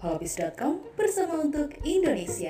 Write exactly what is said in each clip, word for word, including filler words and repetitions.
holopis dot com bersama untuk Indonesia.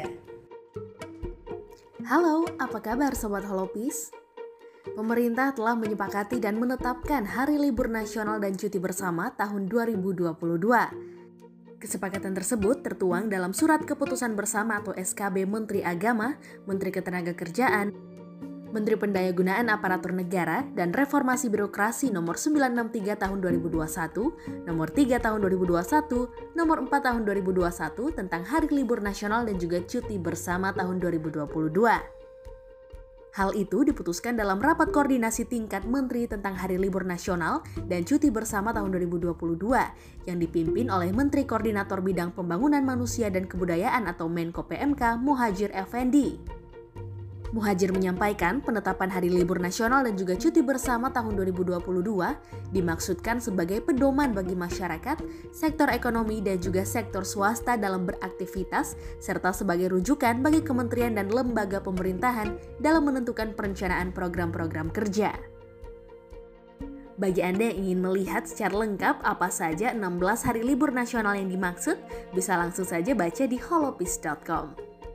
Halo, apa kabar Sobat Holopis? Pemerintah telah menyepakati dan menetapkan Hari Libur Nasional dan Cuti Bersama tahun dua ribu dua puluh dua. Kesepakatan tersebut tertuang dalam Surat Keputusan Bersama atau S K B Menteri Agama, Menteri Ketenagakerjaan, Menteri Pendayagunaan Aparatur Negara dan Reformasi Birokrasi Nomor sembilan ratus enam puluh tiga Tahun dua ribu dua puluh satu, Nomor tiga Tahun dua ribu dua puluh satu, Nomor empat Tahun dua ribu dua puluh satu tentang Hari Libur Nasional dan juga Cuti Bersama tahun dua ribu dua puluh dua. Hal itu diputuskan dalam rapat koordinasi tingkat menteri tentang Hari Libur Nasional dan Cuti Bersama tahun dua ribu dua puluh dua yang dipimpin oleh Menteri Koordinator Bidang Pembangunan Manusia dan Kebudayaan atau Menko P M K Muhadjir Effendi. Muhadjir menyampaikan penetapan Hari Libur Nasional dan juga Cuti Bersama tahun dua ribu dua puluh dua dimaksudkan sebagai pedoman bagi masyarakat, sektor ekonomi dan juga sektor swasta dalam beraktivitas serta sebagai rujukan bagi kementerian dan lembaga pemerintahan dalam menentukan perencanaan program-program kerja. Bagi Anda yang ingin melihat secara lengkap apa saja enam belas hari libur nasional yang dimaksud, bisa langsung saja baca di holopis dot com.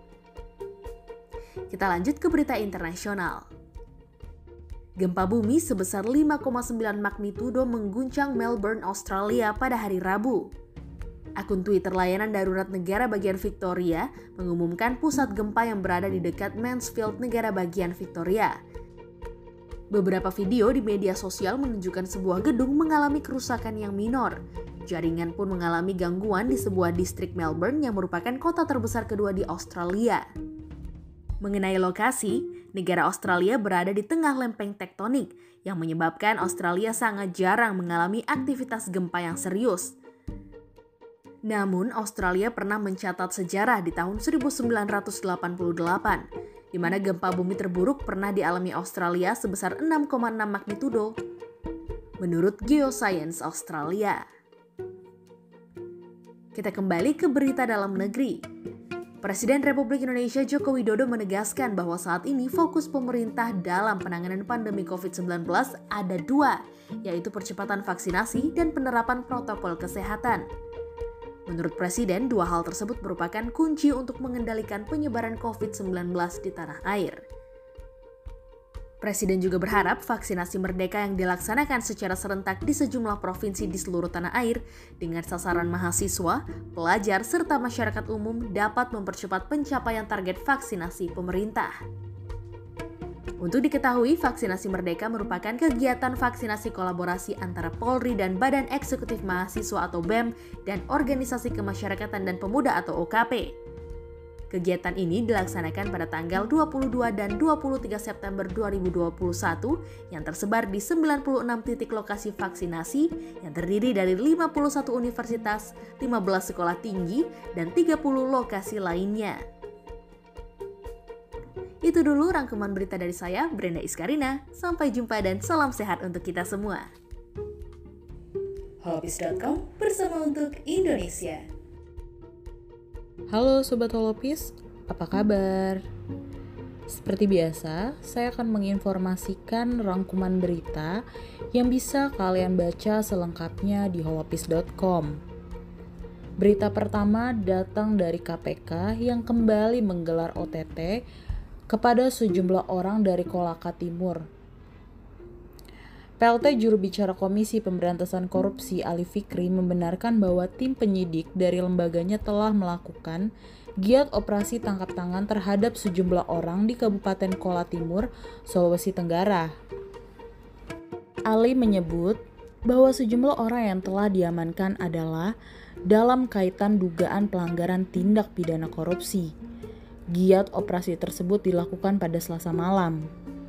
Kita lanjut ke berita internasional. Gempa bumi sebesar lima koma sembilan magnitudo mengguncang Melbourne, Australia pada hari Rabu. Akun Twitter layanan darurat negara bagian Victoria mengumumkan pusat gempa yang berada di dekat Mansfield, negara bagian Victoria. Beberapa video di media sosial menunjukkan sebuah gedung mengalami kerusakan yang minor. Jaringan pun mengalami gangguan di sebuah distrik Melbourne yang merupakan kota terbesar kedua di Australia. Mengenai lokasi, negara Australia berada di tengah lempeng tektonik yang menyebabkan Australia sangat jarang mengalami aktivitas gempa yang serius. Namun, Australia pernah mencatat sejarah di tahun seribu sembilan ratus delapan puluh delapan, di mana gempa bumi terburuk pernah dialami Australia sebesar enam koma enam magnitudo, menurut Geoscience Australia. Kita kembali ke berita dalam negeri. Presiden Republik Indonesia Joko Widodo menegaskan bahwa saat ini fokus pemerintah dalam penanganan pandemi covid sembilan belas ada dua, yaitu percepatan vaksinasi dan penerapan protokol kesehatan. Menurut Presiden, dua hal tersebut merupakan kunci untuk mengendalikan penyebaran covid sembilan belas di tanah air. Presiden juga berharap vaksinasi merdeka yang dilaksanakan secara serentak di sejumlah provinsi di seluruh tanah air dengan sasaran mahasiswa, pelajar, serta masyarakat umum dapat mempercepat pencapaian target vaksinasi pemerintah. Untuk diketahui, vaksinasi merdeka merupakan kegiatan vaksinasi kolaborasi antara Polri dan Badan Eksekutif Mahasiswa atau B E M dan Organisasi Kemasyarakatan dan Pemuda atau O K P. Kegiatan ini dilaksanakan pada tanggal dua puluh dua dan dua puluh tiga September dua ribu dua puluh satu yang tersebar di sembilan puluh enam titik lokasi vaksinasi yang terdiri dari lima puluh satu universitas, lima belas sekolah tinggi, dan tiga puluh lokasi lainnya. Itu dulu rangkuman berita dari saya, Brenda Iskarina. Sampai jumpa dan salam sehat untuk kita semua. holopis dot com bersama untuk Indonesia. Halo Sobat Holopis, apa kabar? Seperti biasa, saya akan menginformasikan rangkuman berita yang bisa kalian baca selengkapnya di holopis dot com. Berita pertama datang dari K P K yang kembali menggelar O T T kepada sejumlah orang dari Kolaka Timur. P L T Juru Bicara Komisi Pemberantasan Korupsi Ali Fikri membenarkan bahwa tim penyidik dari lembaganya telah melakukan giat operasi tangkap tangan terhadap sejumlah orang di Kabupaten Kola Timur, Sulawesi Tenggara. Ali menyebut bahwa sejumlah orang yang telah diamankan adalah dalam kaitan dugaan pelanggaran tindak pidana korupsi. Giat operasi tersebut dilakukan pada Selasa malam.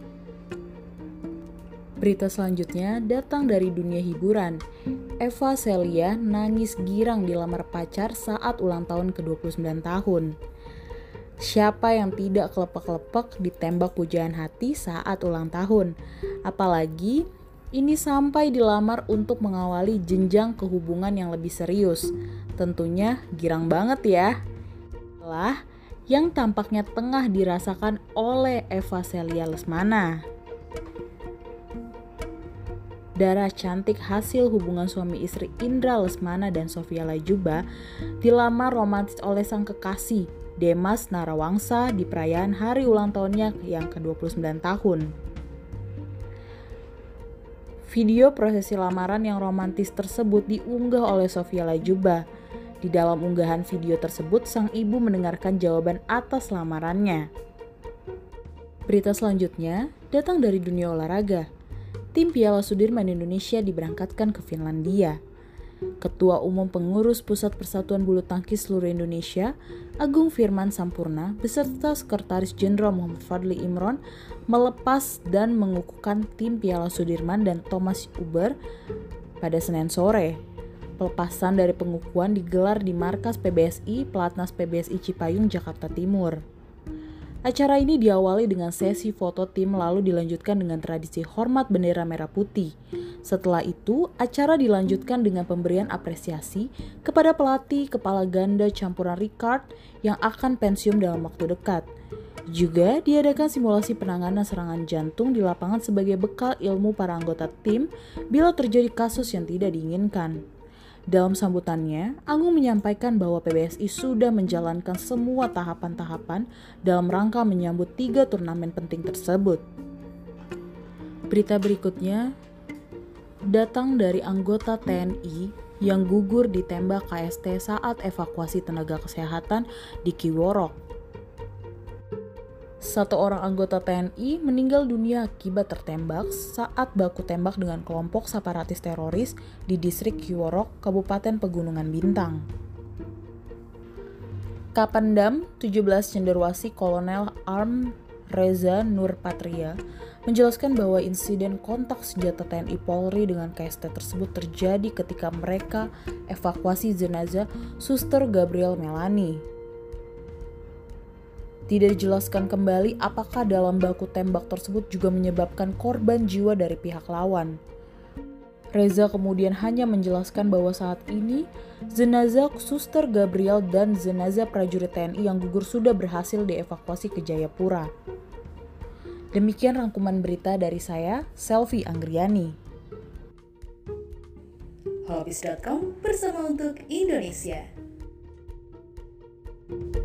Berita selanjutnya datang dari dunia hiburan. Eva Celia nangis girang dilamar pacar saat ulang tahun ke dua puluh sembilan tahun. Siapa yang tidak kelepek-kelepek ditembak pujaan hati saat ulang tahun? Apalagi ini sampai dilamar untuk mengawali jenjang kehubungan yang lebih serius. Tentunya girang banget ya. Lah yang tampaknya tengah dirasakan oleh Eva Celia Lesmana. berdarah cantik hasil hubungan suami istri Indra Lesmana dan Sofia Lajuba dilamar romantis oleh sang kekasih Demas Narawangsa di perayaan hari ulang tahunnya yang ke dua puluh sembilan tahun. Video prosesi lamaran yang romantis tersebut diunggah oleh Sofia Lajuba. Di dalam unggahan video tersebut, sang ibu mendengarkan jawaban atas lamarannya. Berita selanjutnya datang dari dunia olahraga. Tim Piala Sudirman Indonesia diberangkatkan ke Finlandia. Ketua Umum Pengurus Pusat Persatuan Bulu Tangkis Seluruh Indonesia, Agung Firman Sampurna, beserta Sekretaris Jenderal Muhammad Fadli Imron melepas dan mengukuhkan tim Piala Sudirman dan Thomas Uber pada Senin sore. Pelepasan dari pengukuhan digelar di markas P B S I Pelatnas P B S I Cipayung, Jakarta Timur. Acara ini diawali dengan sesi foto tim lalu dilanjutkan dengan tradisi hormat bendera merah putih. Setelah itu, acara dilanjutkan dengan pemberian apresiasi kepada pelatih kepala ganda campuran Ricard yang akan pensiun dalam waktu dekat. Juga diadakan simulasi penanganan serangan jantung di lapangan sebagai bekal ilmu para anggota tim bila terjadi kasus yang tidak diinginkan. Dalam sambutannya, Agung menyampaikan bahwa P B S I sudah menjalankan semua tahapan-tahapan dalam rangka menyambut tiga turnamen penting tersebut. Berita berikutnya datang dari anggota T N I yang gugur ditembak K S T saat evakuasi tenaga kesehatan di Kiworok. Satu orang anggota T N I meninggal dunia akibat tertembak saat baku tembak dengan kelompok separatis teroris di distrik Kiworok, Kabupaten Pegunungan Bintang. Kapendam tujuh belas Cenderawasih Kolonel Arm Reza Nurpatria menjelaskan bahwa insiden kontak senjata T N I Polri dengan K S T tersebut terjadi ketika mereka evakuasi jenazah Suster Gabriel Melani. Tidak dijelaskan kembali apakah dalam baku tembak tersebut juga menyebabkan korban jiwa dari pihak lawan. Reza kemudian hanya menjelaskan bahwa saat ini jenazah Suster Gabriel dan jenazah prajurit T N I yang gugur sudah berhasil dievakuasi ke Jayapura. Demikian rangkuman berita dari saya, Selvi Anggriani. holopis titik com bersama untuk Indonesia.